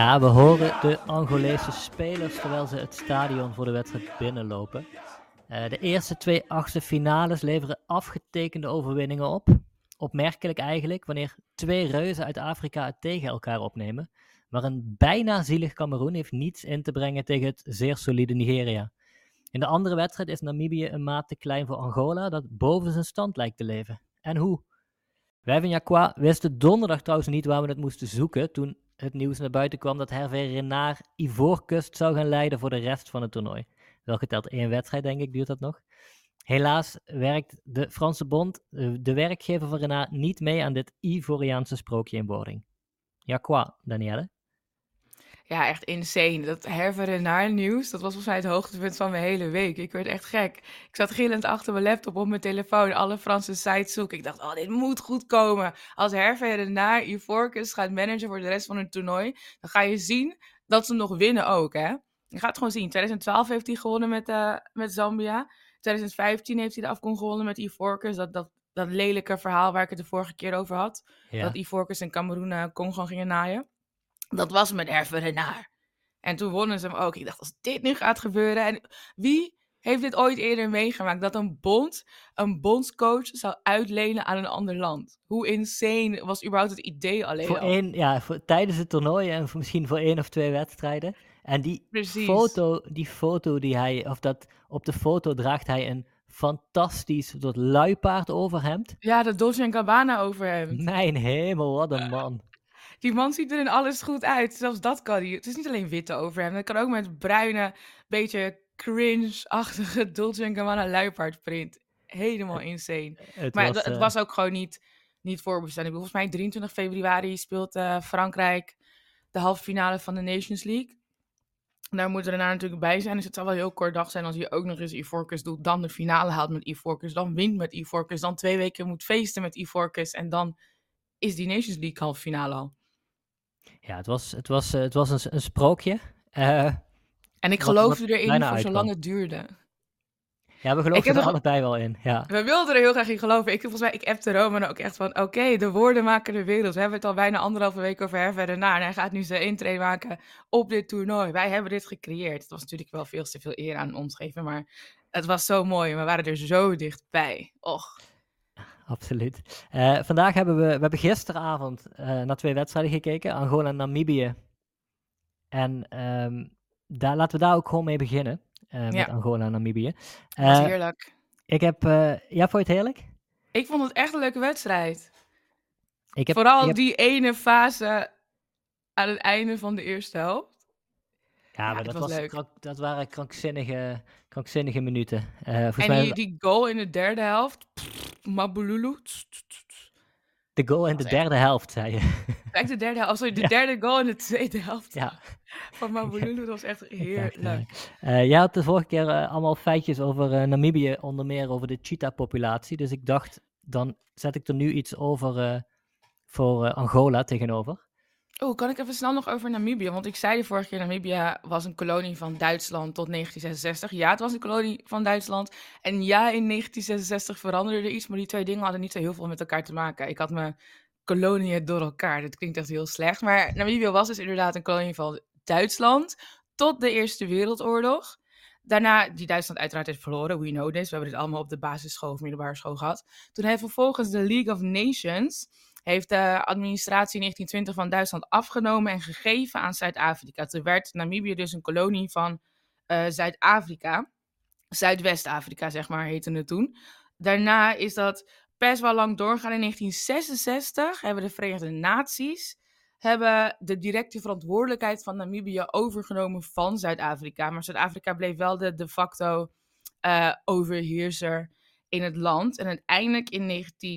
Ja, we horen de Angolese spelers terwijl ze het stadion voor de wedstrijd binnenlopen. De eerste 2 achtste finales leveren afgetekende overwinningen op. Opmerkelijk eigenlijk, wanneer 2 reuzen uit Afrika het tegen elkaar opnemen. Maar een bijna zielig Kameroen heeft niets in te brengen tegen het zeer solide Nigeria. In de andere wedstrijd is Namibië een maat te klein voor Angola, dat boven zijn stand lijkt te leven. En hoe? Wij van Jacqua wisten donderdag trouwens niet waar we het moesten zoeken toen het nieuws naar buiten kwam dat Hervé Renard Ivoorkust zou gaan leiden voor de rest van het toernooi. Wel geteld 1 wedstrijd, denk ik, duurt dat nog. Helaas werkt de Franse bond, de werkgever van Renard, niet mee aan dit Ivoriaanse sprookje in wording. Jacqua, Danielle? Ja, echt insane. Dat Hervé Renard nieuws, dat was volgens mij het hoogtepunt van mijn hele week. Ik werd echt gek. Ik zat gillend achter mijn laptop op mijn telefoon, alle Franse sites zoeken. Ik dacht, oh, dit moet goed komen. Als Hervé Renard Ivoorkust gaat managen voor de rest van het toernooi, dan ga je zien dat ze nog winnen ook, hè. Je gaat het gewoon zien. 2012 heeft hij gewonnen met Zambia. 2015 heeft hij de afkom gewonnen met Ivoorkust. Dat lelijke verhaal waar ik het de vorige keer over had. Ja. Dat Ivoorkust en Cameroen Congo gingen naaien. Dat was met Hervé Renard. En toen wonnen ze hem ook. Ik dacht, als dit nu gaat gebeuren. En wie heeft dit ooit eerder meegemaakt? Dat een bondscoach zou uitlenen aan een ander land. Hoe insane was überhaupt het idee alleen al? Tijdens het toernooi en misschien voor 1 of 2 wedstrijden. En die foto die hij, op de foto draagt hij een fantastisch soort luipaard overhemd. Ja, dat Dolce & Gabbana overhemd. Mijn hemel, wat een man. Die man ziet er in alles goed uit. Zelfs dat kan hij. Het is niet alleen witte overhemd. Het kan ook met bruine, beetje cringe-achtige Dolce & Gabbana luipaardprint. Helemaal insane. Het was ook gewoon niet voorbestaan. Ik bedoel, volgens mij 23 februari speelt Frankrijk de halve finale van de Nations League. Daar moeten we daarna natuurlijk bij zijn. Dus het zou wel heel kort dag zijn als je ook nog eens Ivoorkust doet. Dan de finale haalt met Ivoorkust. Dan wint met Ivoorkust. Dan 2 weken moet feesten met Ivoorkust. En dan is die Nations League halve finale al. Ja, het was een sprookje. En ik geloofde erin voor zolang het duurde. Ja, we geloofden er allebei wel in. Ja. We wilden er heel graag in geloven. Ik appte Roman ook echt van, oké, de woorden maken de wereld. We hebben het al bijna 1,5 week over Hervé Renard. En hij gaat nu zijn intrede maken op dit toernooi. Wij hebben dit gecreëerd. Het was natuurlijk wel veel te veel eer aan ons geven, maar het was zo mooi. We waren er zo dichtbij. Och. Absoluut. Vandaag hebben we gisteravond naar 2 wedstrijden gekeken. Angola en Namibië. En laten we daar ook gewoon mee beginnen. Met Angola en Namibië. Dat was heerlijk. Vond je het heerlijk? Ik vond het echt een leuke wedstrijd. Vooral die ene fase aan het einde van de eerste helft. Ja, maar dat waren krankzinnige minuten. Die goal in de derde helft. Mabululu. De goal in de derde helft, zei je. Kijk, de derde helft. Sorry, de derde goal in de tweede helft. Ja. Van Mabululu, dat was echt heerlijk. Jij had de vorige keer allemaal feitjes over Namibië, onder meer over de cheetah-populatie. Dus ik dacht, dan zet ik er nu iets over voor Angola tegenover. Kan ik even snel nog over Namibië? Want ik zei de vorige keer, Namibië was een kolonie van Duitsland tot 1966. Ja, het was een kolonie van Duitsland. En ja, in 1966 veranderde er iets, maar die 2 dingen hadden niet zo heel veel met elkaar te maken. Ik had mijn koloniën door elkaar. Dat klinkt echt heel slecht. Maar Namibië was dus inderdaad een kolonie van Duitsland tot de Eerste Wereldoorlog. Daarna, die Duitsland uiteraard heeft verloren, we know this. We hebben dit allemaal op de basisschool of middelbare school gehad. Toen heeft vervolgens de League of Nations heeft de administratie in 1920 van Duitsland afgenomen en gegeven aan Zuid-Afrika. Toen werd Namibië dus een kolonie van Zuid-Afrika. Zuidwest-Afrika, zeg maar, heette het toen. Daarna is dat best wel lang doorgegaan. In 1966 hebben de Verenigde Naties de directe verantwoordelijkheid van Namibië overgenomen van Zuid-Afrika. Maar Zuid-Afrika bleef wel de facto overheerser in het land. En uiteindelijk in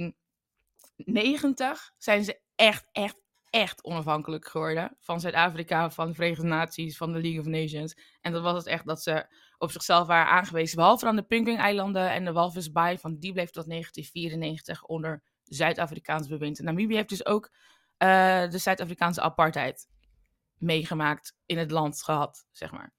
1990 zijn ze echt onafhankelijk geworden van Zuid-Afrika, van de Verenigde Naties, van de League of Nations. En dat was het echt dat ze op zichzelf waren aangewezen, behalve aan de Pingwing-eilanden en de Walvis Bay, van die bleef tot 1994 onder Zuid-Afrikaans bewind. En Namibië heeft dus ook de Zuid-Afrikaanse apartheid meegemaakt in het land gehad, zeg maar.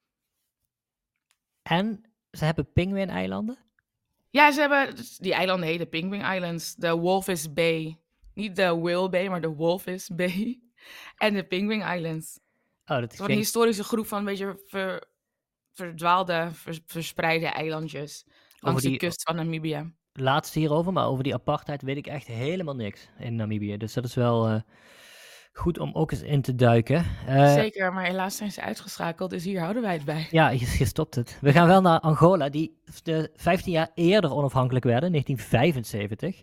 En ze hebben Pingwing-eilanden? Ja, ze hebben die eilanden heten Pingwing Islands, de Walvis Bay. Niet de Whale Bay, maar de Walvis Bay. En de Pingwing Islands. Oh, Het was een historische groep van een beetje verdwaalde, verspreide eilandjes langs de kust van Namibië. Laatste hierover, maar over die apartheid weet ik echt helemaal niks in Namibië. Dus dat is wel goed om ook eens in te duiken. Zeker, maar helaas zijn ze uitgeschakeld, dus hier houden wij het bij. Ja, je stopt het. We gaan wel naar Angola, die 15 jaar eerder onafhankelijk werden, 1975.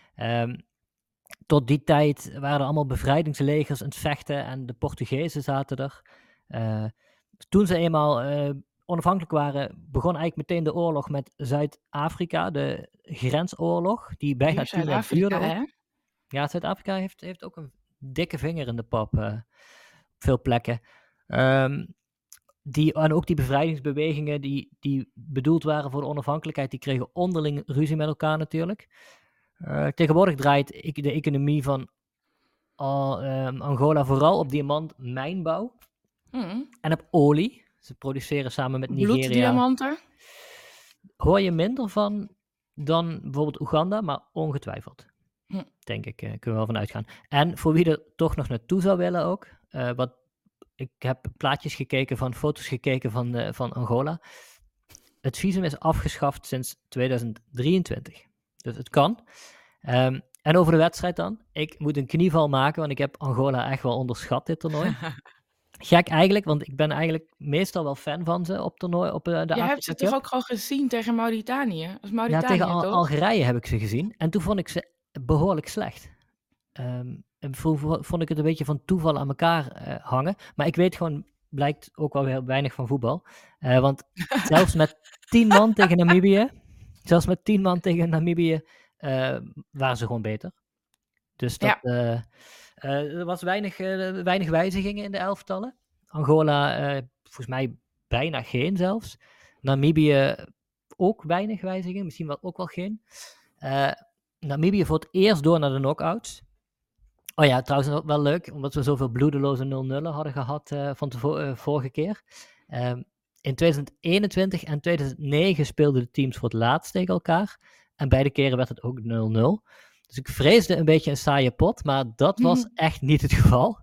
Tot die tijd waren er allemaal bevrijdingslegers aan het vechten en de Portugezen zaten er. Toen ze eenmaal onafhankelijk waren, begon eigenlijk meteen de oorlog met Zuid-Afrika, de grensoorlog, die bijna 10 jaar duurde. Hè? Ja, Zuid-Afrika heeft ook een dikke vinger in de pap op veel plekken. En ook die bevrijdingsbewegingen die bedoeld waren voor de onafhankelijkheid, die kregen onderling ruzie met elkaar natuurlijk. Tegenwoordig draait de economie van Angola vooral op diamantmijnbouw en op olie. Ze produceren samen met Nigeria. Bloeddiamanten? Hoor je minder van dan bijvoorbeeld Oeganda, maar ongetwijfeld. Denk ik, kunnen we wel van uitgaan. En voor wie er toch nog naartoe zou willen ook, ik heb plaatjes gekeken foto's gekeken van Angola. Het visum is afgeschaft sinds 2023. Dus het kan. En over de wedstrijd dan. Ik moet een knieval maken, want ik heb Angola echt wel onderschat, dit toernooi. Gek eigenlijk, want ik ben eigenlijk meestal wel fan van ze op toernooi. Je hebt ze toch ook al gezien tegen Mauritanië? Ja, tegen Algerije heb ik ze gezien. En toen vond ik ze behoorlijk slecht. En vond ik het een beetje van toeval aan elkaar hangen. Maar ik weet gewoon, blijkt ook wel weer weinig van voetbal. Want zelfs met 10 man tegen Namibië, waren ze gewoon beter. Dus er was weinig wijzigingen in de elftallen. Angola, volgens mij bijna geen zelfs. Namibië ook weinig wijzigingen, misschien ook wel geen. Namibië voor het eerst door naar de knock-outs. Oh ja, trouwens wel leuk, omdat we zoveel bloedeloze 0-0'en hadden gehad van de vorige keer. In 2021 en 2009 speelden de teams voor het laatst tegen elkaar. En beide keren werd het ook 0-0. Dus ik vreesde een beetje een saaie pot, maar dat was echt niet het geval.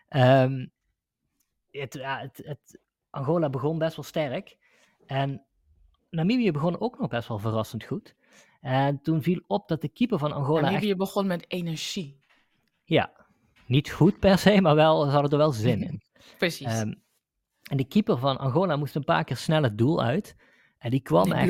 Angola begon best wel sterk. En Namibië begon ook nog best wel verrassend goed. En toen viel op dat de keeper van Angola Namibië begon met energie. Ja, niet goed per se, maar ze hadden er wel zin in. Precies. En de keeper van Angola moest een paar keer snel het doel uit. En die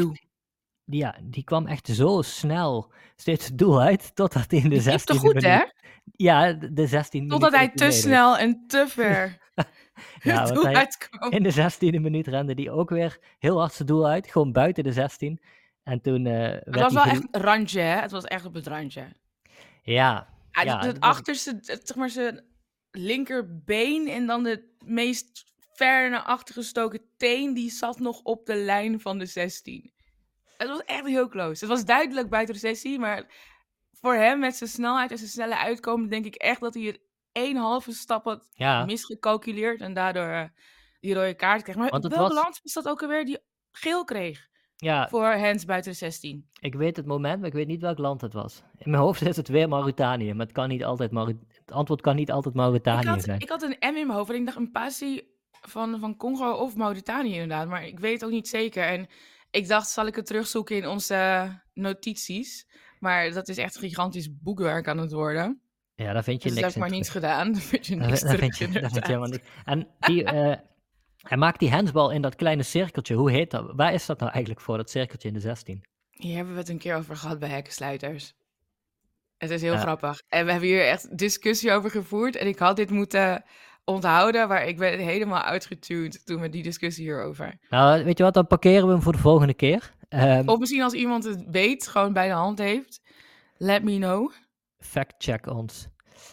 kwam echt zo snel steeds het doel uit, totdat hij in de 16e minuut... goed, hè? Ja, de 16e totdat hij te snel en te ver het doel uitkwam. In de 16e minuut rende hij ook weer heel hard zijn doel uit, gewoon buiten de 16. En toen het was wel echt een randje, hè? Het was echt op het randje. Ja. Het achterste, zeg maar zijn linkerbeen en dan de meest ver naar achter gestoken teen, die zat nog op de lijn van de 16. Het was echt heel close. Het was duidelijk buiten de 16, maar voor hem met zijn snelheid en zijn snelle uitkomen, denk ik echt dat hij het 1,5 stap had misgecalculeerd en daardoor die rode kaart kreeg. Maar welke land was dat ook alweer die geel kreeg? Ja, voor hands buiten de 16. Ik weet het moment, maar ik weet niet welk land het was. In mijn hoofd is het weer Mauritanië, maar het antwoord kan niet altijd Mauritanië zijn. Ik had een M in mijn hoofd en ik dacht een passie van Congo of Mauritanië inderdaad, maar ik weet het ook niet zeker. En ik dacht, zal ik het terugzoeken in onze notities? Maar dat is echt een gigantisch boekwerk aan het worden. Ja, daar vind je niks in. Dus dat heb ik maar niet gedaan. Daar vind je niks terug. Daar vind je helemaal niks. En hij maakt die handsbal in dat kleine cirkeltje. Hoe heet dat? Waar is dat nou eigenlijk voor, dat cirkeltje in de 16? Hier hebben we het een keer over gehad bij Hekkensluiters. Het is heel grappig. En we hebben hier echt discussie over gevoerd. En ik had dit moeten onthouden, maar ik ben helemaal uitgetuned toen we die discussie hierover. Nou, weet je wat? Dan parkeren we hem voor de volgende keer. Of misschien als iemand het weet, gewoon bij de hand heeft. Let me know. Fact-check ons.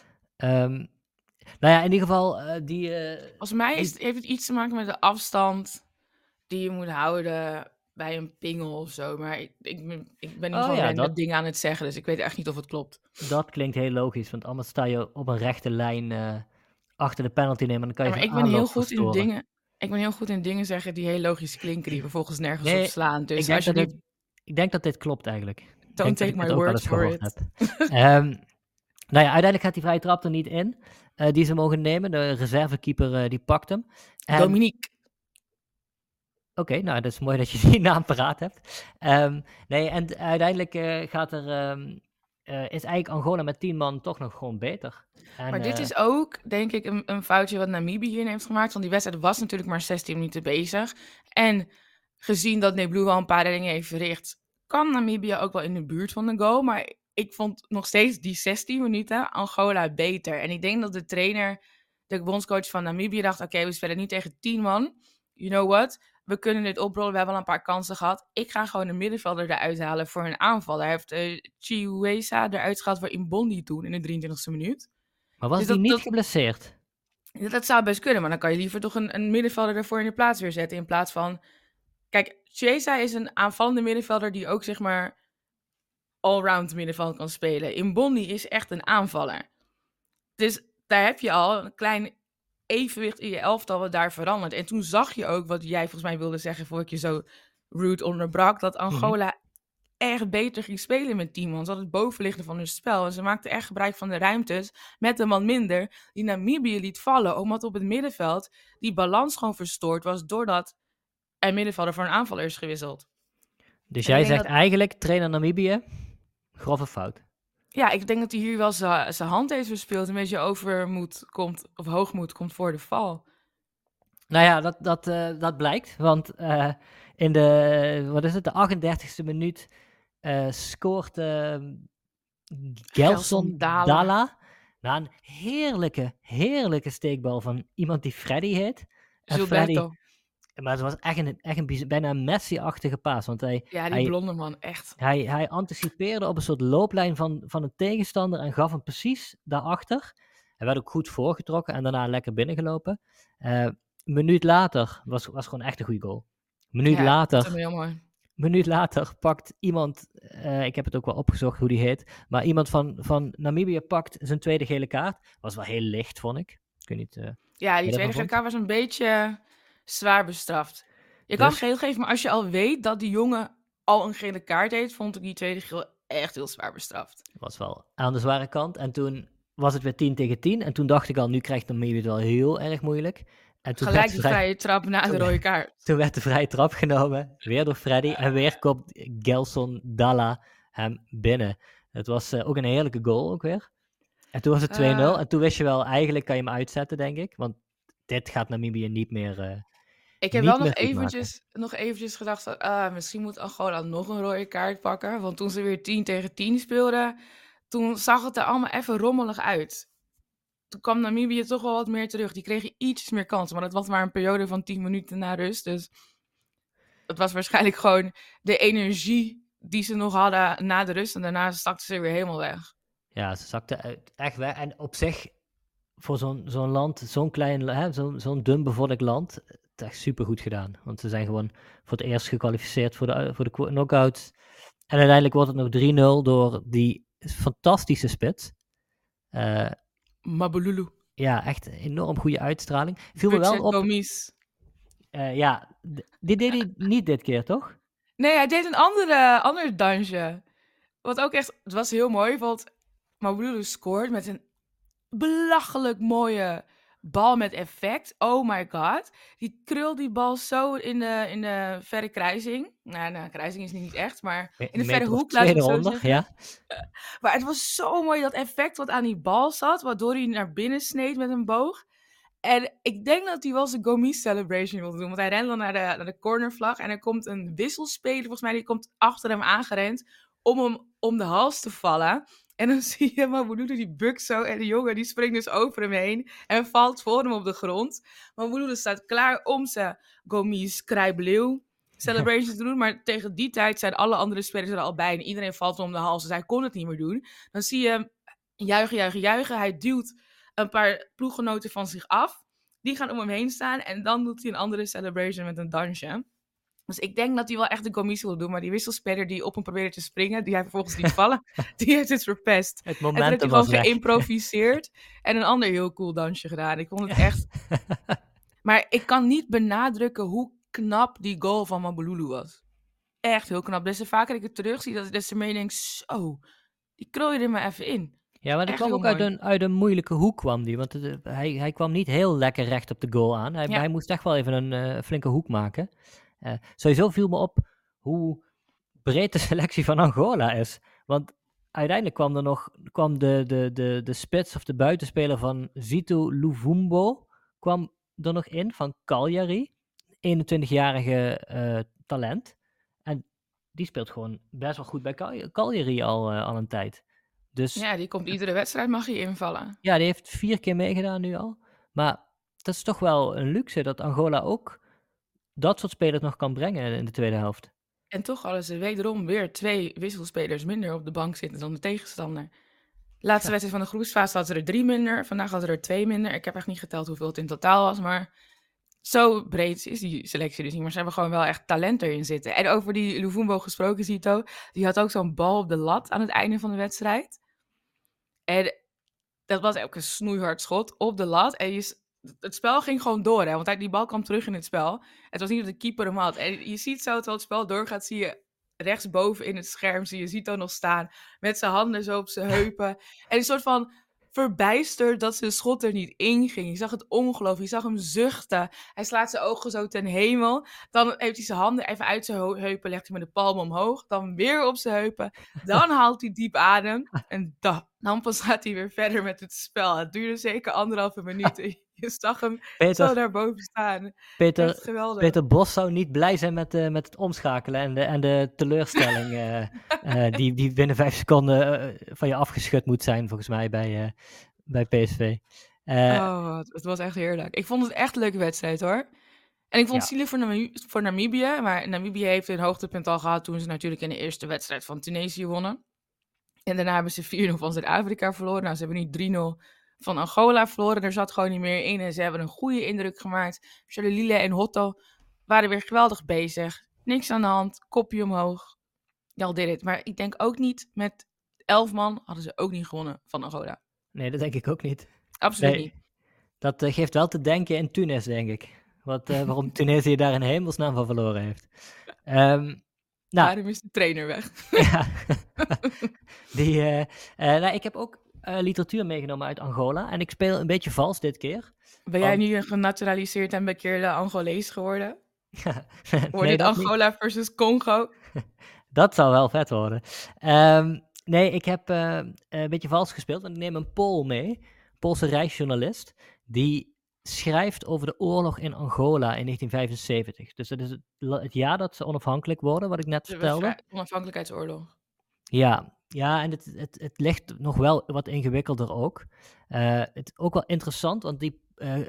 Nou ja, in ieder geval volgens mij heeft het iets te maken met de afstand die je moet houden bij een pingel of zo. Maar ik ben niet van dat dingen aan het zeggen, dus ik weet echt niet of het klopt. Dat klinkt heel logisch, want anders sta je op een rechte lijn achter de penalty nemen. Dan kan je maar ik ben heel goed in dingen. Ik ben heel goed in dingen zeggen die heel logisch klinken, die vervolgens nergens op slaan. Dus ik denk dat dit klopt eigenlijk. Don't take my word for it. Nou ja, uiteindelijk gaat die vrije trap er niet in, die ze mogen nemen. De reservekeeper die pakt hem. Dominique. Oké, nou, dat is mooi dat je die naam paraat hebt. Nee, en uiteindelijk is eigenlijk Angola met 10 man toch nog gewoon beter. Maar dit is ook, denk ik, een foutje wat Namibië hierin heeft gemaakt. Want die wedstrijd was natuurlijk maar 16 minuten bezig. En gezien dat Neblu wel een paar reddingen heeft verricht, kan Namibië ook wel in de buurt van de goal. Maar ik vond nog steeds die 16 minuten Angola beter. En ik denk dat de trainer, de bondscoach van Namibië, dacht: oké, we spelen niet tegen 10 man. You know what? We kunnen dit oprollen. We hebben al een paar kansen gehad. Ik ga gewoon de middenvelder eruit halen voor een aanval. Hij heeft Chiweza eruit gehaald voor Imbondi toen in de 23e minuut. Maar was Dus die niet geblesseerd? Dat zou best kunnen, maar dan kan je liever toch een middenvelder ervoor in de plaats weer zetten. In plaats van... Kijk, Chiesa is een aanvallende middenvelder die ook, zeg maar, allround middenveld kan spelen. Imbondi is echt een aanvaller. Dus daar heb je al een klein evenwicht in je elftal wat daar verandert. En toen zag je ook wat jij volgens mij wilde zeggen, voor ik je zo rude onderbrak, dat Angola echt beter ging spelen met 10 man. Ze hadden het bovenliggende van hun spel. En ze maakten echt gebruik van de ruimtes met een man minder die Namibië liet vallen. Omdat op het middenveld die balans gewoon verstoord was doordat een middenvelder voor een aanvaller is gewisseld. Dus En jij ik denk zegt eigenlijk, trainer Namibië, grove fout. Ja, ik denk dat hij hier wel zijn hand heeft verspeeld. Een beetje overmoed komt, of hoogmoed komt voor de val. Nou ja, dat blijkt. Want in de 38e minuut scoort Gelson Dalla na een heerlijke steekbal van iemand die Freddy heet. Gilberto. Maar het was echt bijna een Messi-achtige paas. Want die blonde man, echt. Hij anticipeerde op een soort looplijn van een tegenstander en gaf hem precies daarachter. Hij werd ook goed voorgetrokken en daarna lekker binnengelopen. Een minuut later was gewoon echt een goede goal. Minuut later pakt iemand, ik heb het ook wel opgezocht hoe die heet, maar iemand van Namibië pakt zijn tweede gele kaart. Was wel heel licht, vond ik. Ik weet niet, die tweede gele kaart was een beetje zwaar bestraft. Je kan geel geven, maar als je al weet dat die jongen al een gele kaart heeft, vond ik die tweede geel echt heel zwaar bestraft. Was wel aan de zware kant. En toen was het weer 10 tegen 10. En toen dacht ik al, nu krijgt Namibië het wel heel erg moeilijk. En toen gelijk die vrije trap na de rode kaart. Toen werd de vrije trap genomen, weer door Freddy. En weer komt Gelson Dalla hem binnen. Het was ook een heerlijke goal ook weer. En toen was het 2-0. En toen wist je wel, eigenlijk kan je hem uitzetten, denk ik. Want dit gaat Namibië niet meer ik heb wel nog eventjes gedacht van, misschien moet Angola nog een rode kaart pakken. Want toen ze weer 10 tegen 10 speelden, toen zag het er allemaal even rommelig uit. Toen kwam Namibië toch wel wat meer terug. Die kregen iets meer kansen, maar dat was maar een periode van 10 minuten na rust. Dus het was waarschijnlijk gewoon de energie die ze nog hadden na de rust. En daarna zakten ze weer helemaal weg. Ja, ze zakten echt weg. En op zich, voor zo'n land, zo'n klein, zo'n dun bevolkt land, het echt super goed gedaan. Want ze zijn gewoon voor het eerst gekwalificeerd voor de knockouts. En uiteindelijk wordt het nog 3-0 door die fantastische spits. Mabululu. Ja, echt een enorm goede uitstraling. Viel me wel op. Ja, die deed hij niet dit keer, toch? Nee, hij deed een ander dansje. Wat ook echt, het was heel mooi, want Mabululu scoort met een belachelijk mooie bal met effect. Oh my god. Die krult die bal zo in de verre kruising. Nou, de kruising is niet echt, maar in de verre hoek. Ja. Maar het was zo mooi, dat effect wat aan die bal zat, waardoor hij naar binnen sneed met een boog. En ik denk dat hij wel zijn Gomis celebration wilde doen, want hij rent dan naar de cornervlag en er komt een wisselspeler, volgens mij, die komt achter hem aangerend om hem om de hals te vallen. En dan zie je Mabululu die bukt zo en de jongen die springt dus over hem heen en valt voor hem op de grond. Mabululu staat klaar om zijn Gomis krijbleeuw celebration te doen, maar tegen die tijd zijn alle andere spelers er al bij en iedereen valt hem om de hals, dus hij kon het niet meer doen. Dan zie je hem juichen. Hij duwt een paar ploeggenoten van zich af. Die gaan om hem heen staan en dan doet hij een andere celebration met een dansje. Dus ik denk dat hij wel echt de commissie wil doen, maar die wisselspeler die op hem probeerde te springen, die hij vervolgens liet vallen, die heeft het verpest. Het momentum en toen heeft hij gewoon geïmproviseerd en een ander heel cool dansje gedaan. Ik vond het echt... Maar ik kan niet benadrukken hoe knap die goal van Mabululu was. Echt heel knap. Dus vaker ik het terug zie, des te meer denk, zo, die krul je er maar even in. Ja, maar dat Echt kwam heel ook uit mooi. een moeilijke hoek kwam die. Want hij kwam niet heel lekker recht op de goal aan. Ja, Hij moest echt wel even een flinke hoek maken. Sowieso viel me op hoe breed de selectie van Angola is. Want uiteindelijk kwam de spits of de buitenspeler van Zito Luvumbo kwam er nog in van Cagliari. 21-jarige talent. En die speelt gewoon best wel goed bij Cagliari al een tijd. Dus ja, die komt iedere wedstrijd, mag hij invallen. ja, die heeft 4 keer meegedaan nu al. Maar dat is toch wel een luxe dat Angola ook dat soort spelers nog kan brengen in de tweede helft. En toch hadden ze wederom weer 2 wisselspelers minder op de bank zitten dan de tegenstander. Laatste Ja. wedstrijd van de groepsfase hadden ze er 3 minder. Vandaag hadden ze er 2 minder. Ik heb echt niet geteld hoeveel het in totaal was, maar zo breed is die selectie dus niet. Maar ze hebben gewoon wel echt talent erin zitten. En over die Luvumbo gesproken, Zito, die had ook zo'n bal op de lat aan het einde van de wedstrijd. En dat was ook een snoeihard schot op de lat. En het spel ging gewoon door, hè, want die bal kwam terug in het spel. Het was niet dat de keeper hem had. En je ziet zo, terwijl het spel doorgaat, zie je rechtsboven in het scherm, zie je Zito nog staan met zijn handen zo op zijn heupen. En een soort van verbijsterd dat zijn schot er niet in ging. Je zag het ongeloof, je zag hem zuchten. Hij slaat zijn ogen zo ten hemel. Dan heeft hij zijn handen even uit zijn heupen, legt hij met de palm omhoog. Dan weer op zijn heupen. Dan haalt hij diep adem. En dan pas gaat hij weer verder met het spel. Het duurde zeker 1,5 minuut. Je zag hem zo Peter, daarboven staan. Peter, Echt geweldig. Peter Bos zou niet blij zijn met het omschakelen en de teleurstelling die binnen 5 seconden van je afgeschud moet zijn, volgens mij, bij PSV. Het was echt heerlijk. Ik vond het echt een leuke wedstrijd, hoor. En ik vond het Ja. zielig voor Namibië. Maar Namibië heeft een hoogtepunt al gehad toen ze natuurlijk in de eerste wedstrijd van Tunesië wonnen. En daarna hebben ze 4-0 van Zuid-Afrika verloren. Nou, ze hebben nu 3-0 van Angola verloren. Er zat gewoon niet meer in. En ze hebben een goede indruk gemaakt. Charlelile en Hotto waren weer geweldig bezig. Niks aan de hand. Kopje omhoog. Y'all did it. Maar ik denk ook niet, met 11 man hadden ze ook niet gewonnen van Angola. Nee, dat denk ik ook niet. Absoluut Nee, niet. dat geeft wel te denken in Tunis, denk ik. Waarom Tunesië daar in hemelsnaam van verloren heeft. Nou, Daarom is de trainer weg. ja, ik heb ook literatuur meegenomen uit Angola. En ik speel een beetje vals dit keer. Ben jij nu een genaturaliseerd en bekeerde Angolees geworden? Wordt Nee, dit dat niet. Angola versus Congo? Dat zou wel vet worden. Nee, ik heb een beetje vals gespeeld. Want ik neem een Pool mee. Poolse reisjournalist. Die schrijft over de oorlog in Angola in 1975. Dus dat is het jaar dat ze onafhankelijk worden, wat ik net vertelde. De onafhankelijkheidsoorlog. Ja, en het ligt nog wel wat ingewikkelder ook. Het is ook wel interessant, want die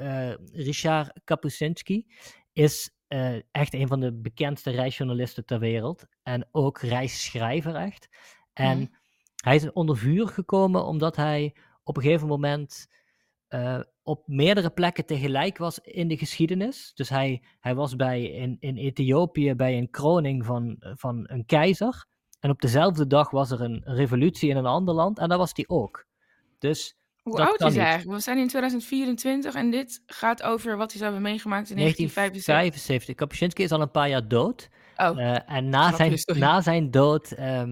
Richard Kapuscinski is echt een van de bekendste reisjournalisten ter wereld. En ook reisschrijver echt. En hij is onder vuur gekomen omdat hij op een gegeven moment op meerdere plekken tegelijk was in de geschiedenis. Dus hij was in Ethiopië bij een kroning van een keizer. En op dezelfde dag was er een revolutie in een ander land en daar was hij ook. Dus Hoe dat oud kan is hij niet. eigenlijk? We zijn in 2024 en dit gaat over wat hij zou hebben meegemaakt in 1975. 1975. Kapuscinski is al een paar jaar dood. Oh, En grapje, sorry. na zijn dood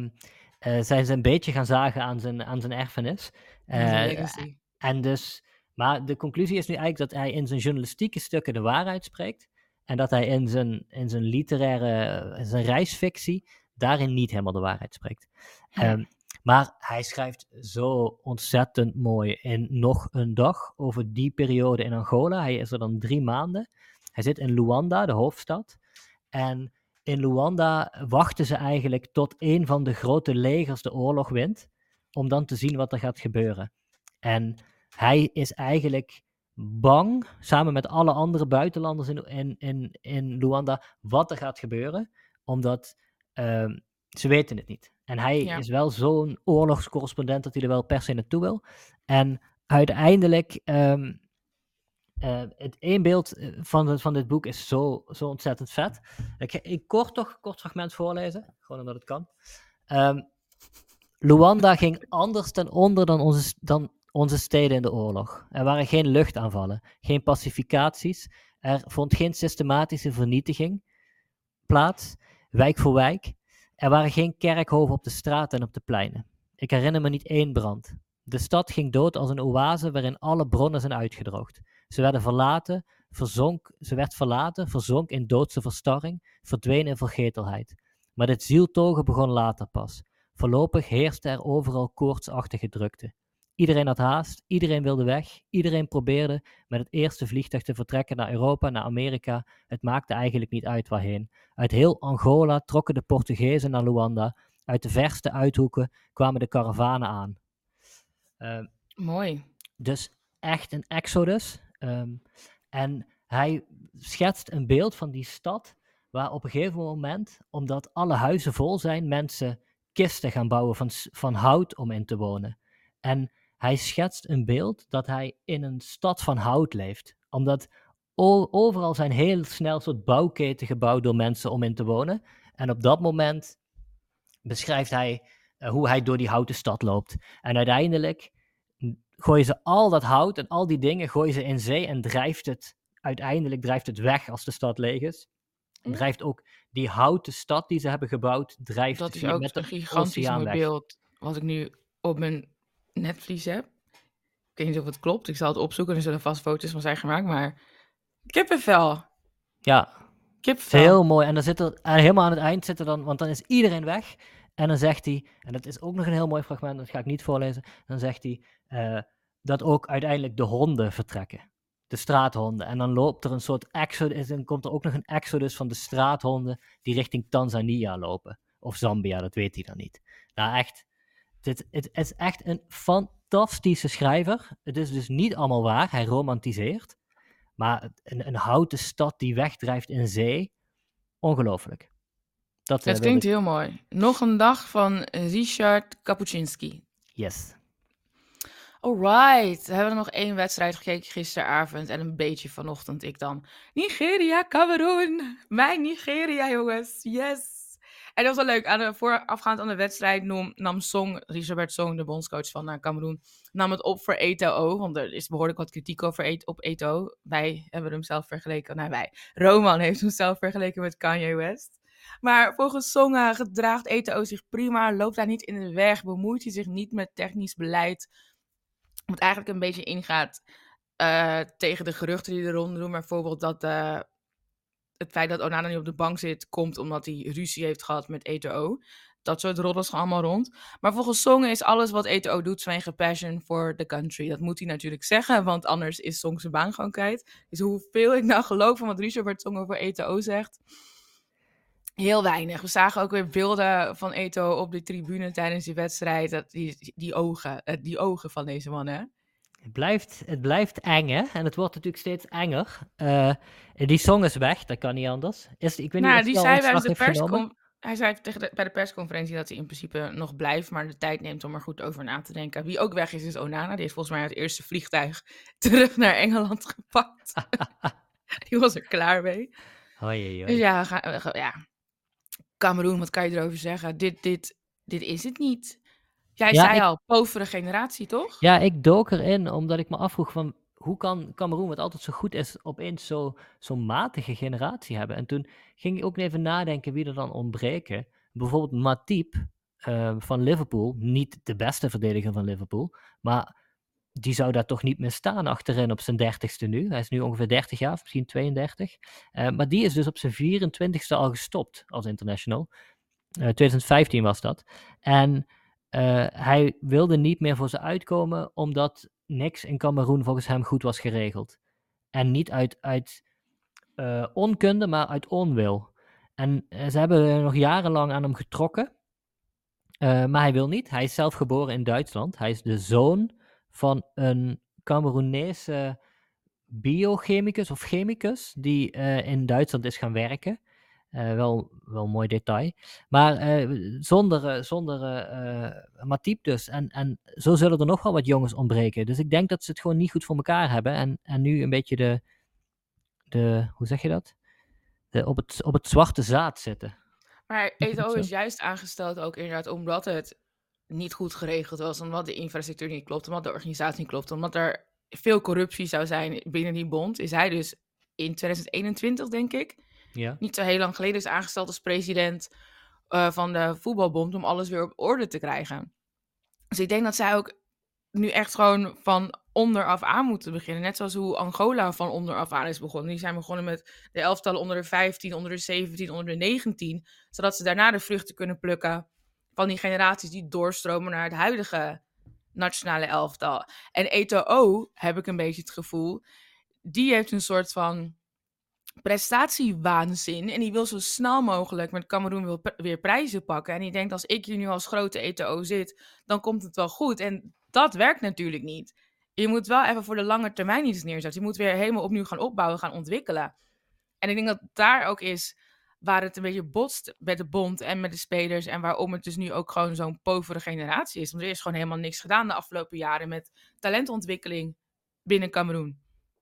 zijn ze een beetje gaan zagen aan zijn erfenis. Zijn legacy. En dus, maar de conclusie is nu eigenlijk dat hij in zijn journalistieke stukken de waarheid spreekt. En dat hij in zijn zijn reisfictie daarin niet helemaal de waarheid spreekt. Maar hij schrijft zo ontzettend mooi in Nog een dag over die periode in Angola. Hij is er dan 3 maanden. Hij zit in Luanda, de hoofdstad. En in Luanda wachten ze eigenlijk tot een van de grote legers de oorlog wint, om dan te zien wat er gaat gebeuren. En hij is eigenlijk bang, samen met alle andere buitenlanders in Luanda, wat er gaat gebeuren, omdat ze weten het niet. En hij is wel zo'n oorlogscorrespondent dat hij er wel per se naartoe wil. En uiteindelijk, het één beeld van dit boek is zo ontzettend vet. Ik kort fragment voorlezen, gewoon omdat het kan. Luanda ging anders ten onder dan onze steden in de oorlog. Er waren geen luchtaanvallen, geen pacificaties. Er vond geen systematische vernietiging plaats, wijk voor wijk. Er waren geen kerkhoven op de straten en op de pleinen. Ik herinner me niet één brand. De stad ging dood als een oase waarin alle bronnen zijn uitgedroogd. Ze werd verlaten, verzonk in doodse verstarring, verdween in vergetelheid. Maar dit zieltogen begon later pas. Voorlopig heerste er overal koortsachtige drukte. Iedereen had haast, iedereen wilde weg, iedereen probeerde met het eerste vliegtuig te vertrekken naar Europa, naar Amerika. Het maakte eigenlijk niet uit waarheen. Uit heel Angola trokken de Portugezen naar Luanda. Uit de verste uithoeken kwamen de karavanen aan. Mooi. Dus echt een exodus. En hij schetst een beeld van die stad waar op een gegeven moment, omdat alle huizen vol zijn, mensen kisten gaan bouwen van hout om in te wonen. En hij schetst een beeld dat hij in een stad van hout leeft. Omdat overal zijn heel snel soort bouwketen gebouwd door mensen om in te wonen. En op dat moment beschrijft hij hoe hij door die houten stad loopt. En uiteindelijk gooien ze al dat hout en al die dingen gooien ze in zee en uiteindelijk drijft het weg als de stad leeg is. En drijft ook die houten stad die ze hebben gebouwd, drijft Dat is ook met een de gigantisch oceaan mooi weg. beeld wat ik nu op mijn netvlies heb. Ik weet niet of het klopt. Ik zal het opzoeken. Er zullen vast foto's van zijn gemaakt, maar kippenvel. Ja, Kippenvel. heel mooi. En dan helemaal aan het eind zit er dan, want dan is iedereen weg. En dan zegt hij, en dat is ook nog een heel mooi fragment, dat ga ik niet voorlezen. Dan zegt hij dat ook uiteindelijk de honden vertrekken. De straathonden. En dan loopt er een soort exodus, dan komt er ook nog een exodus van de straathonden die richting Tanzania lopen. Of Zambia, dat weet hij dan niet. Nou echt, het is echt een fantastische schrijver. Het is dus niet allemaal waar, hij romantiseert. Maar een houten stad die wegdrijft in zee, ongelooflijk. Het klinkt heel mooi. Nog een dag van Richard Kapuscinski. Yes. Alright, we hebben nog 1 wedstrijd gekeken gisteravond en een beetje vanochtend ik dan. Nigeria, Cameroen. Mijn Nigeria, jongens. Yes. En dat was wel leuk. Voorafgaand aan de wedstrijd nam Richard Song, de bondscoach van Cameroen, nam het op voor Eto'o. Want er is behoorlijk wat kritiek op Eto'o. Wij hebben hem zelf vergeleken. Roman heeft hem zelf vergeleken met Kanye West. Maar volgens Song gedraagt Eto'o zich prima, loopt daar niet in de weg, bemoeit hij zich niet met technisch beleid. Wat eigenlijk een beetje ingaat tegen de geruchten die er rond doen. Bijvoorbeeld dat het feit dat Onana niet op de bank zit, komt omdat hij ruzie heeft gehad met Eto'o. Dat soort roddels gaan allemaal rond. Maar volgens Song is alles wat Eto'o doet zijn passion for the country. Dat moet hij natuurlijk zeggen, want anders is Song zijn baan gewoon kwijt. Dus hoeveel ik nou geloof van wat Richard Song over Eto'o zegt, heel weinig. We zagen ook weer beelden van Eto'o op de tribune tijdens die wedstrijd. Die ogen van deze man, hè? Het blijft eng, hè? En het wordt natuurlijk steeds enger. Die Song is weg, dat kan niet anders. Ik weet niet of hij al ontslag heeft genomen. Hij zei bij de persconferentie dat hij in principe nog blijft, maar de tijd neemt om er goed over na te denken. Wie ook weg is Onana. Die heeft volgens mij het eerste vliegtuig terug naar Engeland gepakt. Die was er klaar mee. Hoi. Dus ja, Cameroen, wat kan je erover zeggen? Dit is het niet. Jij zei al, povere generatie, toch? Ja, ik dook erin omdat ik me afvroeg van hoe kan Cameroen, wat altijd zo goed is, opeens zo'n matige generatie hebben. En toen ging ik ook even nadenken wie er dan ontbreken. Bijvoorbeeld Matip van Liverpool, niet de beste verdediger van Liverpool, maar die zou daar toch niet meer staan achterin op zijn 30ste nu. Hij is nu ongeveer 30 jaar, of misschien 32. Maar die is dus op zijn 24ste al gestopt als international. 2015 was dat. En hij wilde niet meer voor ze uitkomen, omdat niks in Kameroen volgens hem goed was geregeld. En niet uit onkunde, maar uit onwil. En ze hebben nog jarenlang aan hem getrokken. Maar hij wil niet. Hij is zelf geboren in Duitsland. Hij is de zoon van een Cameroenese biochemicus of chemicus die in Duitsland is gaan werken. Wel een mooi detail. Maar zonder Matip dus. En zo zullen er nog wel wat jongens ontbreken. Dus ik denk dat ze het gewoon niet goed voor elkaar hebben. En nu een beetje hoe zeg je dat? Op het zwarte zaad zitten. Maar Eto'o is juist aangesteld ook inderdaad omdat het niet goed geregeld was. Omdat de infrastructuur niet klopt. Omdat de organisatie niet klopt. Omdat er veel corruptie zou zijn binnen die bond. Is hij dus in 2021, denk ik, niet zo heel lang geleden, is aangesteld als president van de voetbalbond om alles weer op orde te krijgen. Dus ik denk dat zij ook nu echt gewoon van onderaf aan moeten beginnen. Net zoals hoe Angola van onderaf aan is begonnen. Die zijn begonnen met de elftallen onder de 15, onder de 17, onder de 19. Zodat ze daarna de vruchten kunnen plukken van die generaties die doorstromen naar het huidige nationale elftal. En Eto'o, heb ik een beetje het gevoel, die heeft een soort van prestatiewaanzin. En die wil zo snel mogelijk met Cameroen weer prijzen pakken. En die denkt, als ik hier nu als grote Eto'o zit, dan komt het wel goed. En dat werkt natuurlijk niet. Je moet wel even voor de lange termijn iets neerzetten. Je moet weer helemaal opnieuw gaan opbouwen, gaan ontwikkelen. En ik denk dat daar ook is waar het een beetje botst met de bond en met de spelers. En waarom het dus nu ook gewoon zo'n povere generatie is. Want er is gewoon helemaal niks gedaan de afgelopen jaren met talentontwikkeling binnen Cameroen.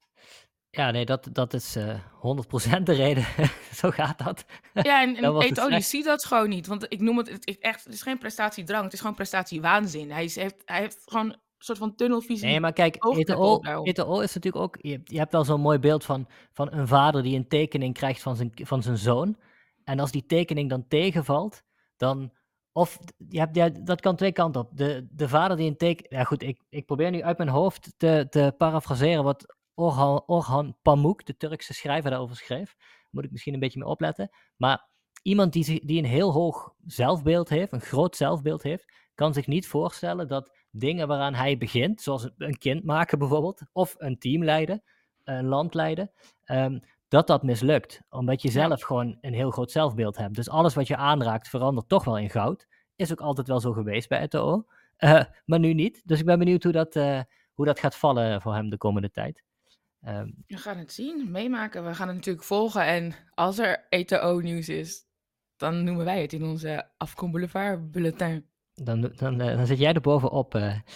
Ja, nee, dat is 100% de reden. Zo gaat dat. Ja, en Dat was het Eto'o die slecht. ziet dat gewoon niet. Want ik noem het is geen prestatiedrang, het is gewoon prestatiewaanzin. Hij heeft gewoon een soort van Nee, tunnelvisie, maar kijk, oogkleppen op daarom. Eto'o is natuurlijk ook... Je hebt wel zo'n mooi beeld van een vader die een tekening krijgt van zijn zoon. En als die tekening dan tegenvalt, dan... Of, dat kan twee kanten op. De vader die een tekening... Ja goed, ik probeer nu uit mijn hoofd te parafraseren wat Orhan Pamuk, de Turkse schrijver, daarover schreef. Moet ik misschien een beetje mee opletten. Maar iemand die een heel hoog zelfbeeld heeft, een groot zelfbeeld heeft, kan zich niet voorstellen dat dingen waaraan hij begint, zoals een kind maken bijvoorbeeld, of een team leiden, een land leiden, dat mislukt. Omdat je Ja. zelf gewoon een heel groot zelfbeeld hebt. Dus alles wat je aanraakt verandert toch wel in goud. Is ook altijd wel zo geweest bij Eto'o. Maar nu niet. Dus ik ben benieuwd hoe dat gaat vallen voor hem de komende tijd. We gaan het zien, meemaken. We gaan het natuurlijk volgen. En als er Eto'o-nieuws is, dan noemen wij het in onze Afcon Boulevard bulletin. Dan zit jij er bovenop.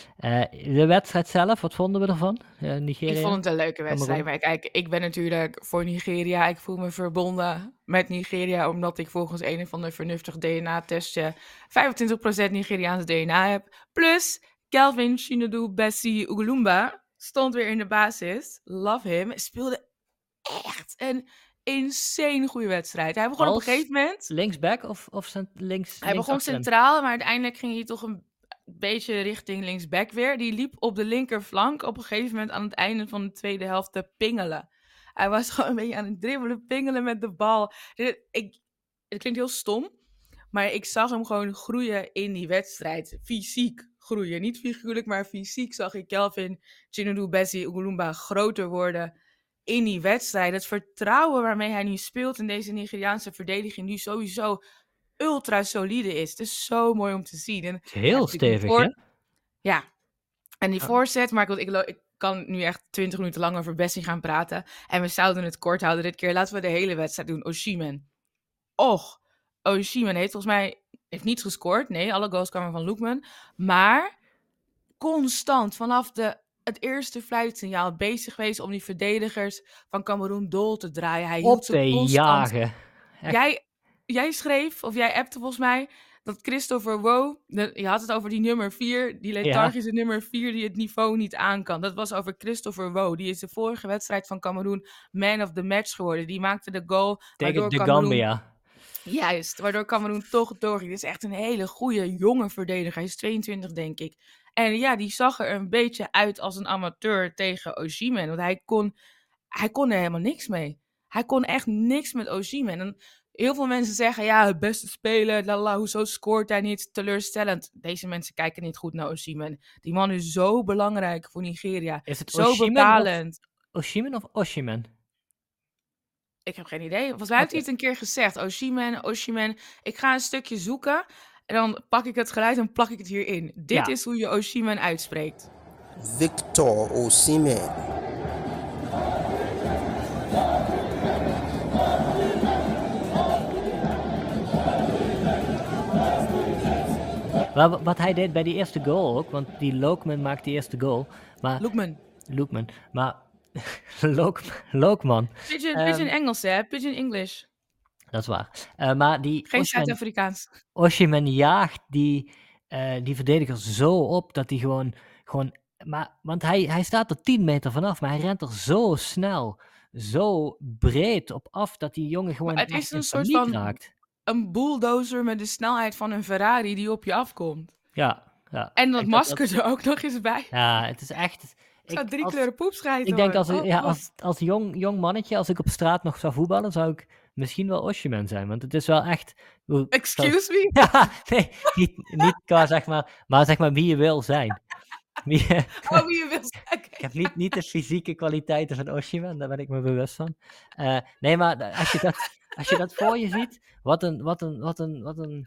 De wedstrijd zelf, wat vonden we ervan? Nigeria? Ik vond het een leuke wedstrijd. Cameroen? Maar kijk, ik ben natuurlijk voor Nigeria. Ik voel me verbonden met Nigeria, omdat ik volgens een of ander vernuftig DNA-testje 25% Nigeriaans DNA heb. Plus, Kelvin Chinedu Bessie Ugulumba stond weer in de basis. Love him. Speelde echt een insane goede wedstrijd. Hij begon op een Als gegeven moment... linksback of links Hij begon achterin? centraal, maar uiteindelijk ging hij toch een beetje richting linksback weer. Die liep op de linkerflank op een gegeven moment aan het einde van de tweede helft te pingelen. Hij was gewoon een beetje aan het dribbelen, pingelen met de bal. Het klinkt heel stom, maar ik zag hem gewoon groeien in die wedstrijd. Fysiek groeien. Niet figuurlijk, maar fysiek zag ik Kelvin Chinedu Bessie Ugulumba groter worden in die wedstrijd. Het vertrouwen waarmee hij nu speelt in deze Nigeriaanse verdediging, die sowieso ultra solide is. Het is zo mooi om te zien. En, Het is heel stevig, hè? Ja. En die Ja. voorzet, maar ik kan nu echt 20 minuten lang over Bessie gaan praten. En we zouden het kort houden dit keer. Laten we de hele wedstrijd doen. Osimhen. Och, Osimhen heeft volgens mij niet gescoord. Nee, alle goals kwamen van Lookman. Maar constant vanaf het eerste fluitsignaal bezig geweest om die verdedigers van Cameroen dol te draaien. Hij hield Op ze te constant. jagen. Echt. Jij schreef, of jij appte volgens mij, dat Christopher Woe, je had het over die nummer 4, die lethargische nummer 4 die het niveau niet aan kan. Dat was over Christopher Woe. Die is de vorige wedstrijd van Cameroen man of the match geworden. Die maakte de goal Tegen waardoor de Cameroen... Gambia. Juist, waardoor Cameroen toch doorging. Dit is echt een hele goede, jonge verdediger. Hij is 22, denk ik. En ja, die zag er een beetje uit als een amateur tegen Osimhen. Want hij kon er helemaal niks mee. Hij kon echt niks met Osimhen. En heel veel mensen zeggen, ja, het beste speler, lalala, hoezo scoort hij niet? Teleurstellend. Deze mensen kijken niet goed naar Osimhen. Die man is zo belangrijk voor Nigeria. Is het Zo Osimhen bepalend. Osimhen of Osimhen? Ik heb geen idee. Volgens mij heeft hij het een keer gezegd. Osimhen. Ik ga een stukje zoeken. En dan pak ik het geluid en plak ik het hierin. Dit is hoe je Osimhen uitspreekt. Victor Osimhen. Wat hij deed bij die eerste goal ook, want die Lookman maakt die eerste goal. Maar Lookman. Maar Lookman. Pidgin Engels, hè? Pidgin English. Dat is waar. Maar die Geen Zuid-Afrikaans. Osimhen jaagt die verdedigers zo op dat hij gewoon want hij staat er 10 meter vanaf, maar hij rent er zo snel, zo breed op af dat die jongen gewoon het is echt een in soort paniek van raakt. een bulldozer met de snelheid van een Ferrari die op je afkomt. Ja, Ja, En dat ik masker er ook nog eens bij. Ja, het is echt... Het staat 3 kleuren poepschijt. Ik denk hoor. als jong mannetje, als ik op straat nog zou voetballen, zou ik misschien wel Osimhen zijn. Want het is wel echt... Excuse me? Ja, nee, niet qua zeg maar zeg maar wie je wil zijn. Wie je wil zeggen. Ik heb niet de fysieke kwaliteiten van Osimhen, daar ben ik me bewust van. Nee, maar als je dat voor je ziet, wat een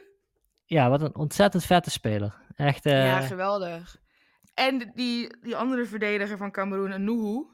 ontzettend vette speler. Echt. Ja, geweldig. En die andere verdediger van Cameroen, Nuhu,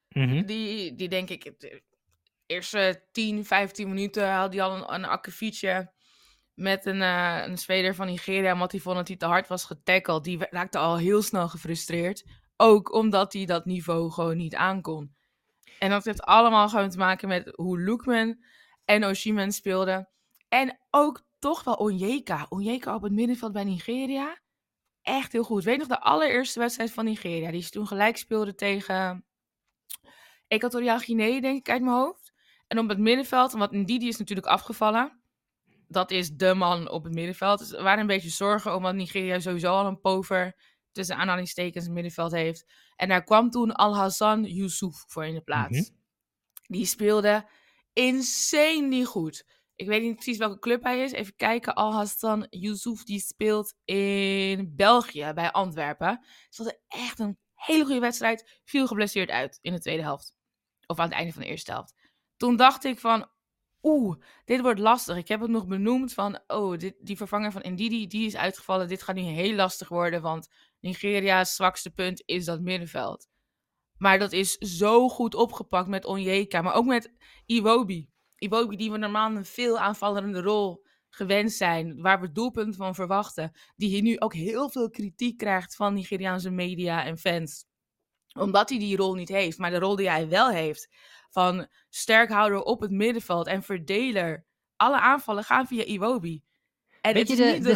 die denk ik, de eerste 10, 15 minuten had hij al een akkefietje met een speler van Nigeria, omdat hij vond dat hij te hard was getackeld. Die raakte al heel snel gefrustreerd. Ook omdat hij dat niveau gewoon niet aankon. En dat heeft allemaal gewoon te maken met hoe Lookman en Osimhen speelden. En ook toch wel Onyeka. Onyeka op het middenveld bij Nigeria. Echt heel goed. Weet nog de allereerste wedstrijd van Nigeria. Die ze toen gelijk speelden tegen Equatoriaal Guinea, denk ik, uit mijn hoofd. En op het middenveld, want Ndidi is natuurlijk afgevallen. Dat is de man op het middenveld. Dus er waren een beetje zorgen, omdat Nigeria sowieso al een pover tussen aanhalingstekens het middenveld heeft. En daar kwam toen Al-Hassan Yusuf voor in de plaats. Die speelde insane goed. Ik weet niet precies welke club hij is. Even kijken. Al-Hassan Yusuf, die speelt in België, bij Antwerpen. Het was echt een hele goede wedstrijd. Viel geblesseerd uit in de tweede helft. Of aan het einde van de eerste helft. Toen dacht ik van, dit wordt lastig. Ik heb het nog benoemd van, die vervanger van Ndidi, die is uitgevallen. Dit gaat nu heel lastig worden, want Nigeria's zwakste punt is dat middenveld. Maar dat is zo goed opgepakt met Onyeka, maar ook met Iwobi. Iwobi, die we normaal een veel aanvallende rol gewend zijn, waar we doelpunten van verwachten, die hier nu ook heel veel kritiek krijgt van Nigeriaanse media en fans. Omdat hij die rol niet heeft, maar de rol die hij wel heeft, van sterkhouder op het middenveld en verdeler. Alle aanvallen gaan via Iwobi. En weet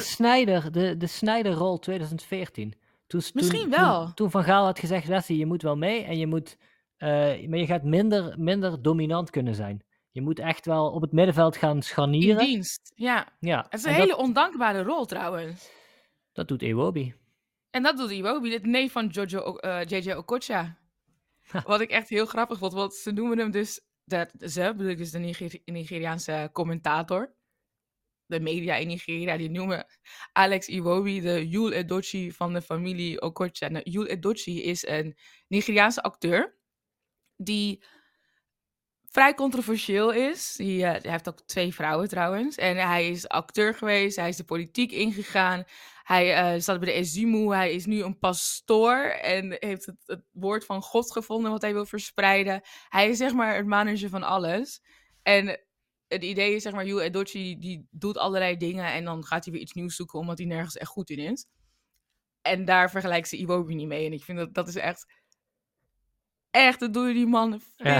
je de Sneijder-rol 2014? Misschien wel. Toen Van Gaal had gezegd, Wesley, je moet wel mee en je moet, maar je gaat minder dominant kunnen zijn. Je moet echt wel op het middenveld gaan scharnieren. In dienst, ja. Het is een hele ondankbare rol trouwens. Dat doet Iwobi. En dat doet Iwobi, de neef van JJ Okocha. Wat ik echt heel grappig vond, want ze noemen hem dus, bedoel ik dus de Nigeriaanse commentator. De media in Nigeria, die noemen Alex Iwobi de Yul Edochie van de familie Okocha. Nou, Yul Edochie is een Nigeriaanse acteur die vrij controversieel is. Hij heeft ook 2 vrouwen trouwens. En hij is acteur geweest, hij is de politiek ingegaan. Hij zat bij de Ezimu, hij is nu een pastoor en heeft het woord van God gevonden wat hij wil verspreiden. Hij is zeg maar het manager van alles. En het idee is zeg maar, Yul Edochie die doet allerlei dingen en dan gaat hij weer iets nieuws zoeken omdat hij nergens echt goed in is. En daar vergelijkt ze Iwobi niet mee. En ik vind dat is echt, dat doe je die man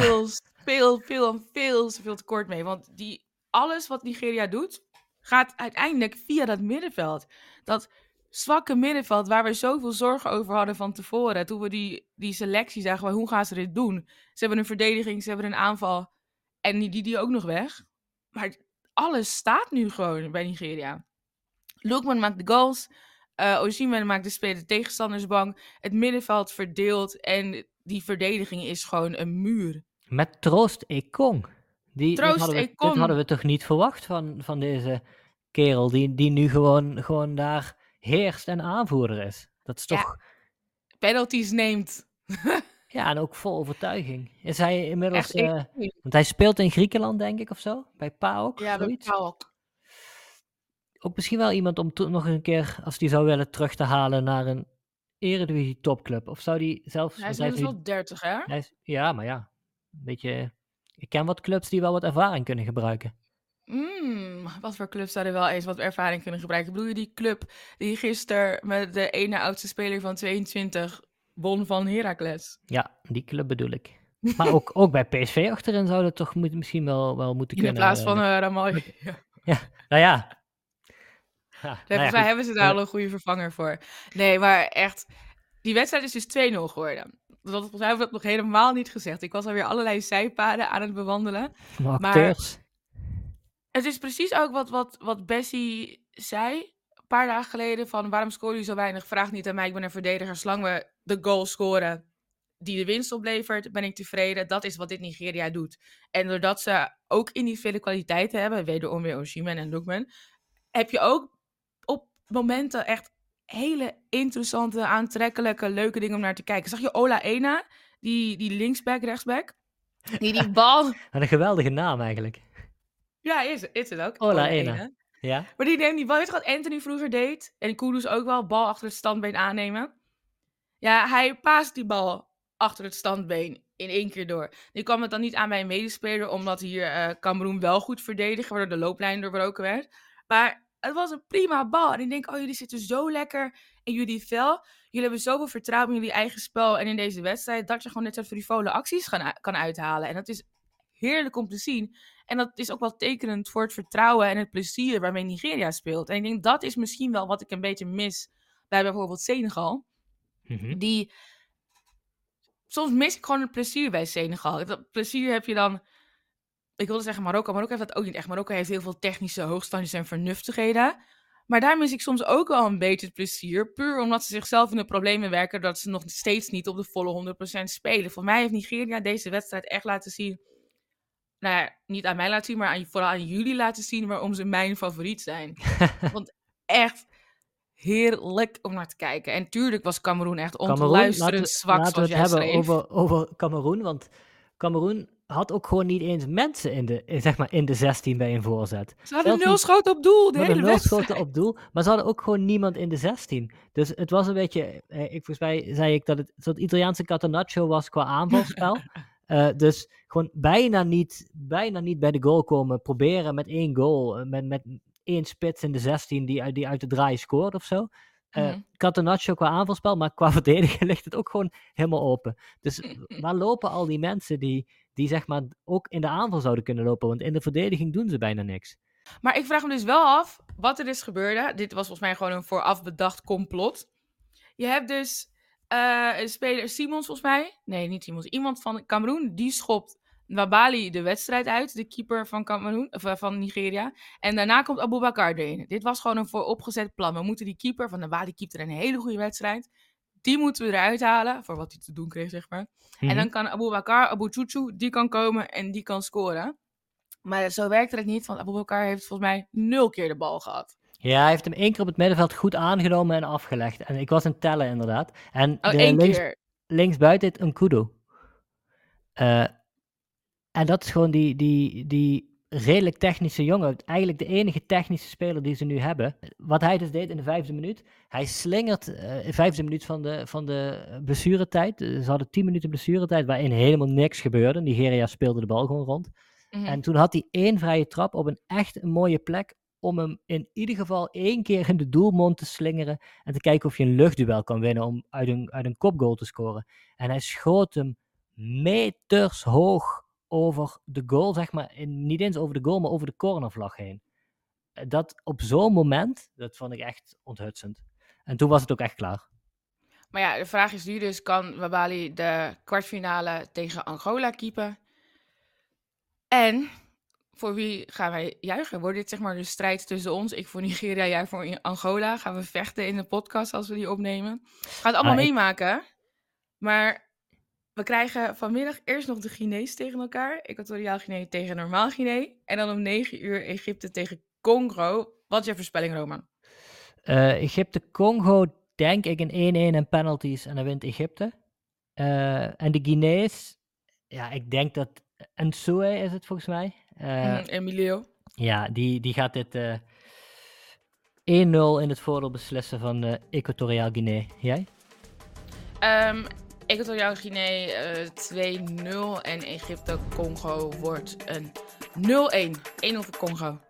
veel te kort mee. Want alles wat Nigeria doet, gaat uiteindelijk via dat middenveld. Dat zwakke middenveld waar we zoveel zorgen over hadden van tevoren. Toen we die selectie zagen, hoe gaan ze dit doen? Ze hebben een verdediging, ze hebben een aanval. En die ook nog weg. Maar alles staat nu gewoon bij Nigeria. Lookman maakt de goals. Osimhen maakt de tegenstanders bang. Het middenveld verdeelt. En die verdediging is gewoon een muur. Met Troost Ekong. Dit hadden we toch niet verwacht van deze kerel. Die nu gewoon daar heerst en aanvoerder is. Dat is toch... penalties neemt. Ja, en ook vol overtuiging. Is hij inmiddels... want hij speelt in Griekenland, denk ik, of zo? Bij PAOK? Ja, zoiets? bij PAOK. Ook misschien wel iemand om nog een keer, als die zou willen, terug te halen naar een Eredivisie topclub. Of zou die zelfs... Hij is inmiddels wel 30, hè? Ja, maar ja. Een beetje... Ik ken wat clubs die wel wat ervaring kunnen gebruiken. Wat voor clubs zouden wel eens wat ervaring kunnen gebruiken? Bedoel je die club die gisteren met de ene oudste speler van 22 won van Heracles? Ja, die club bedoel ik. Maar ook bij PSV achterin zou dat toch misschien wel moeten kunnen. In plaats van Ramaljo. Ja, nou ja. Volgens mij hebben ze daar al een goede vervanger voor. Nee, maar echt, die wedstrijd is dus 2-0 geworden. Volgens mij hebben we dat nog helemaal niet gezegd. Ik was alweer allerlei zijpaden aan het bewandelen. Maar het is precies ook wat Bessie zei. een paar dagen geleden van waarom scoren jullie zo weinig? Vraag niet aan mij, ik ben een verdediger. Zolang we de goal scoren die de winst oplevert, ben ik tevreden. Dat is wat dit Nigeria doet. En doordat ze ook individuele kwaliteiten hebben, wederom weer Osimhen en Lookman, heb je ook op momenten echt hele interessante, aantrekkelijke, leuke dingen om naar te kijken. Zag je Ola Aina, die linksback, rechtsback? Die bal... Wat een geweldige naam eigenlijk. Ja, is het ook. Ola Aina. Ja. Maar die neemt die bal, weet je wat Anthony vroeger deed? En Kudus ook wel, bal achter het standbeen aannemen. Ja, hij paast die bal achter het standbeen in 1 keer door. Nu kwam het dan niet aan bij een medespeler, omdat hier Cameroen wel goed verdedigde, waardoor de looplijn doorbroken werd. Maar het was een prima bal. En ik denk, jullie zitten zo lekker in jullie vel. Jullie hebben zoveel vertrouwen in jullie eigen spel en in deze wedstrijd, dat je gewoon dit soort frivole acties kan uithalen. En dat is heerlijk om te zien. En dat is ook wel tekenend voor het vertrouwen en het plezier waarmee Nigeria speelt. En ik denk, dat is misschien wel wat ik een beetje mis bij bijvoorbeeld Senegal. Mhm. Soms mis ik gewoon het plezier bij Senegal. Dat plezier heb je dan... Ik wilde zeggen Marokko. Marokko heeft dat ook niet echt. Marokko heeft heel veel technische hoogstandjes en vernuftigheden. Maar daar mis ik soms ook wel een beetje het plezier. Puur omdat ze zichzelf in de problemen werken, dat ze nog steeds niet op de volle 100% spelen. Voor mij heeft Nigeria deze wedstrijd echt laten zien... Nou ja, niet aan mij laten zien, maar vooral aan jullie laten zien waarom ze mijn favoriet zijn. Want echt heerlijk om naar te kijken. En tuurlijk was Cameroen echt ontluisterend zwak, laten we zoals het jij hebben schreef. over Cameroen, want Cameroen had ook gewoon niet eens mensen in de 16 bij een voorzet. Ze hadden Zelfs 0 niet schoten op doel, de met hele een 0 wedstrijd. schoten op doel, maar ze hadden ook gewoon niemand in de 16. Dus het was een beetje, volgens mij zei ik dat het soort Italiaanse catenaccio was qua aanvalspel. Dus gewoon bijna niet bij de goal komen, proberen met 1 goal, met 1 spits in de 16 die uit de draai scoort of zo. Catenaccio qua aanvalspel, maar qua verdedigen ligt het ook gewoon helemaal open. Dus waar lopen al die mensen die zeg maar ook in de aanval zouden kunnen lopen? Want in de verdediging doen ze bijna niks. Maar ik vraag me dus wel af wat er dus gebeurde. Dit was volgens mij gewoon een vooraf bedacht complot. Je hebt dus een speler, Simons volgens mij. Nee, niet Simons. Iemand van Cameroen, die schopt Nwabali de wedstrijd uit. De keeper van Cameroen, van Nigeria. En daarna komt Aboubakar erin. Dit was gewoon een vooropgezet plan. We moeten die keeper van Nwabali keepte een hele goede wedstrijd. Die moeten we eruit halen, voor wat hij te doen kreeg, zeg maar. En dan kan Aboubakar, Abouchouchou, die kan komen en die kan scoren. Maar zo werkte het niet, want Aboubakar heeft volgens mij 0 keer de bal gehad. Ja, hij heeft hem 1 keer op het middenveld goed aangenomen en afgelegd. En ik was aan het tellen, inderdaad. En 1 keer. linksbuiten het Nkudu. En dat is gewoon die redelijk technische jongen. Eigenlijk de enige technische speler die ze nu hebben. Wat hij dus deed in de 5e minuut. Hij slingert in de 5e minuut van de blessuretijd. Ze hadden 10 minuten blessuretijd waarin helemaal niks gebeurde. Nigeria speelde de bal gewoon rond. En toen had hij 1 vrije trap op een echt een mooie plek om hem in ieder geval 1 keer in de doelmond te slingeren en te kijken of je een luchtduel kan winnen om uit een kopgoal te scoren. En hij schoot hem meters hoog over de goal, zeg maar, niet eens over de goal, maar over de cornervlag heen. Dat op zo'n moment, dat vond ik echt onthutsend. En toen was het ook echt klaar. Maar ja, de vraag is nu dus, kan Nwabali de kwartfinale tegen Angola keepen? En voor wie gaan wij juichen? Wordt dit zeg maar de strijd tussen ons? Ik voor Nigeria, jij voor Angola. Gaan we vechten in de podcast als we die opnemen? We gaan het allemaal meemaken. Maar we krijgen vanmiddag eerst nog de Guinees tegen elkaar. Equatoriaal Guinea tegen Normaal Guinea. En dan om 9 uur Egypte tegen Congo. Wat is jouw voorspelling, Roman? Egypte-Congo denk ik een 1-1 en penalties en dan wint Egypte. En de Guinees, ja, ik denk dat Nsue is het volgens mij. Emilio. Ja, die gaat dit 1-0 in het voordeel beslissen van Equatoriaal Guinea. Jij? Equatoriaal Guinea 2-0 en Egypte-Congo wordt een 0-1. 1-0 voor Congo.